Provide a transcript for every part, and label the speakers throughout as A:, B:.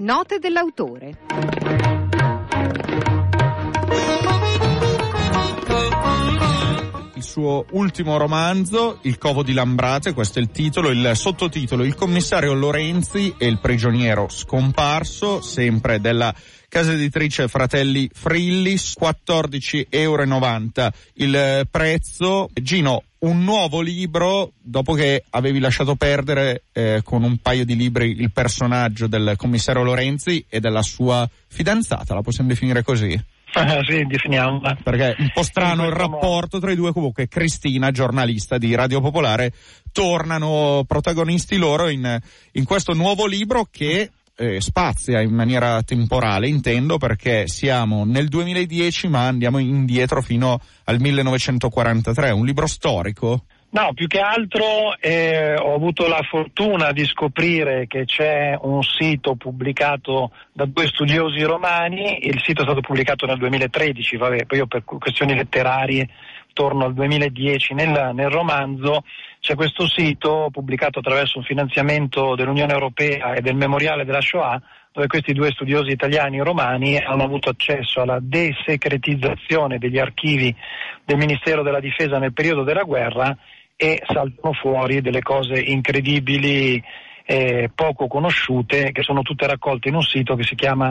A: Note dell'autore.
B: Il suo ultimo romanzo, Il covo di Lambrate, questo è il titolo, il sottotitolo Il commissario Lorenzi e il prigioniero scomparso, sempre della casa editrice Fratelli Frillis, €14,90 il prezzo. Gino, un nuovo libro, dopo che avevi lasciato perdere con un paio di libri il personaggio del commissario Lorenzi e della sua fidanzata, la possiamo definire così?
C: Sì, definiamola.
B: Perché è un po' strano il rapporto tra i due. Comunque Cristina, giornalista di Radio Popolare, tornano protagonisti loro in questo nuovo libro che spazia in maniera temporale, intendo, perché siamo nel 2010 ma andiamo indietro fino al 1943, un libro storico.
C: No, più che altro ho avuto la fortuna di scoprire che c'è un sito pubblicato da due studiosi romani. Il sito è stato pubblicato nel 2013, poi io per questioni letterarie torno al 2010. Nel romanzo c'è questo sito pubblicato attraverso un finanziamento dell'Unione Europea e del Memoriale della Shoah, dove questi due studiosi italiani romani hanno avuto accesso alla desecretizzazione degli archivi del Ministero della Difesa nel periodo della guerra, e saltano fuori delle cose incredibili, poco conosciute, che sono tutte raccolte in un sito che si chiama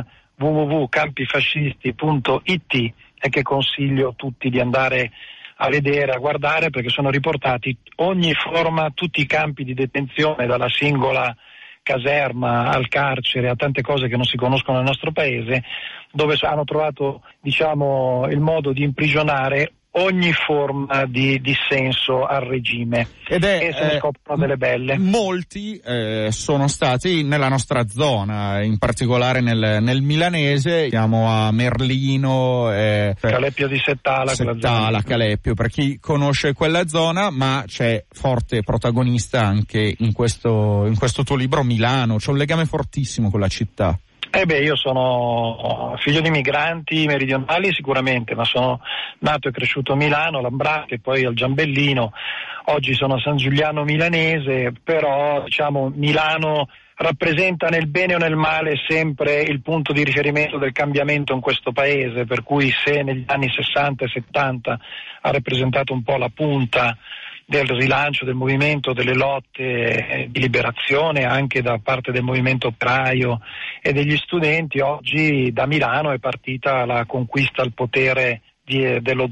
C: www.campifascisti.it e che consiglio a tutti di andare a vedere, a guardare, perché sono riportati ogni forma, tutti i campi di detenzione, dalla singola caserma al carcere, a tante cose che non si conoscono nel nostro paese, dove hanno trovato, diciamo, il modo di imprigionare ogni forma di dissenso al regime, e se ne scoprono delle belle.
B: Molti sono stati nella nostra zona, in particolare nel milanese. Siamo a Merlino,
C: Caleppio di Settala,
B: Caleppio, per chi conosce quella zona, ma c'è forte protagonista anche in questo tuo libro Milano. C'è un legame fortissimo con la città.
C: Io sono figlio di migranti meridionali sicuramente, ma sono nato e cresciuto a Milano, a Lambrate, poi al Giambellino. Oggi sono a San Giuliano milanese, però diciamo Milano rappresenta nel bene o nel male sempre il punto di riferimento del cambiamento in questo paese, per cui se negli anni 60 e 70 ha rappresentato un po' la punta del rilancio del movimento, delle lotte di liberazione anche da parte del movimento operaio e degli studenti, oggi da Milano è partita la conquista al potere dello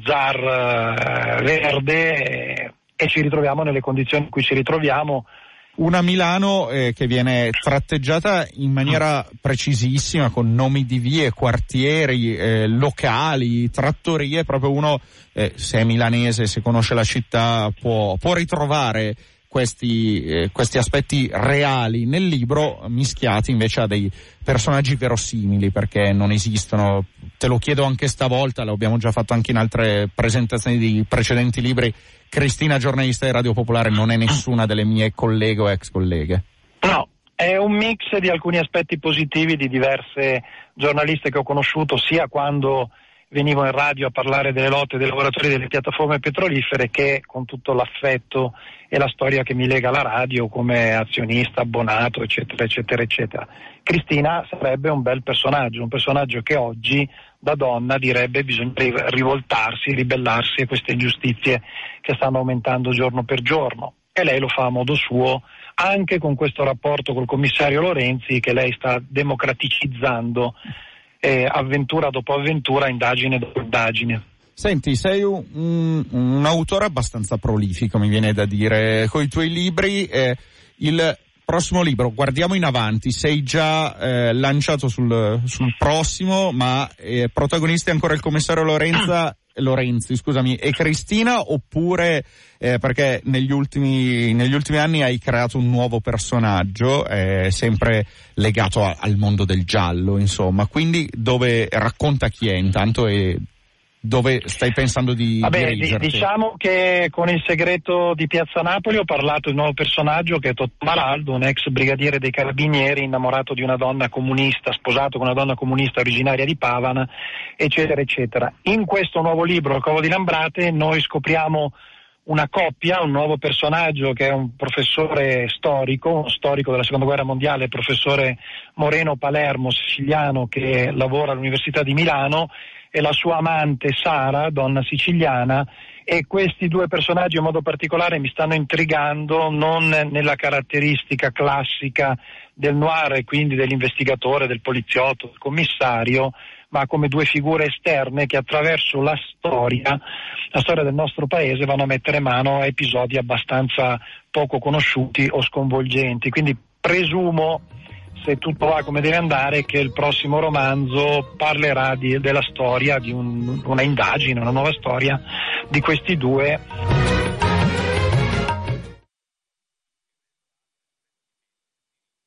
C: zar verde, e ci ritroviamo nelle condizioni in cui ci ritroviamo.
B: Una Milano che viene tratteggiata in maniera precisissima, con nomi di vie, quartieri, locali, trattorie. Proprio uno, se è milanese, se conosce la città, può ritrovare questi aspetti reali nel libro, mischiati invece a dei personaggi verosimili, perché non esistono. Te lo chiedo anche stavolta, lo abbiamo già fatto anche in altre presentazioni di precedenti libri. Cristina, giornalista di Radio Popolare, non è nessuna delle mie colleghe o ex colleghe.
C: No, è un mix di alcuni aspetti positivi di diverse giornaliste che ho conosciuto, sia quando venivo in radio a parlare delle lotte dei lavoratori delle piattaforme petrolifere, che con tutto l'affetto e la storia che mi lega alla radio come azionista, abbonato, eccetera, eccetera, eccetera. Cristina sarebbe un bel personaggio, un personaggio che oggi da donna direbbe bisogna rivoltarsi, ribellarsi a queste ingiustizie che stanno aumentando giorno per giorno, e lei lo fa a modo suo, anche con questo rapporto col commissario Lorenzi che lei sta democraticizzando, avventura dopo avventura, indagine dopo indagine.
B: Senti, sei un autore abbastanza prolifico, mi viene da dire, con i tuoi libri. Il prossimo libro, guardiamo in avanti, sei già lanciato sul prossimo, ma protagonisti ancora il commissario Lorenzi, e Cristina, oppure perché negli ultimi anni hai creato un nuovo personaggio, sempre legato al mondo del giallo, insomma, quindi dove racconta chi è intanto e dove stai pensando di dirigerti?
C: Diciamo che con Il segreto di Piazza Napoli ho parlato di un nuovo personaggio che è Totò Maraldo, un ex brigadiere dei carabinieri innamorato di una donna comunista, sposato con una donna comunista originaria di Pavana, eccetera eccetera. In questo nuovo libro, Il covo di Lambrate, noi scopriamo una coppia, un nuovo personaggio che è un professore storico, uno storico della seconda guerra mondiale, il professore Moreno Palermo, siciliano, che lavora all'Università di Milano, e la sua amante Sara, donna siciliana, e questi due personaggi in modo particolare mi stanno intrigando non nella caratteristica classica del noir e quindi dell'investigatore, del poliziotto, del commissario, ma come due figure esterne che attraverso la storia del nostro paese vanno a mettere mano a episodi abbastanza poco conosciuti o sconvolgenti. Quindi presumo, se tutto va come deve andare, che il prossimo romanzo parlerà della storia, di una indagine, una nuova storia di questi due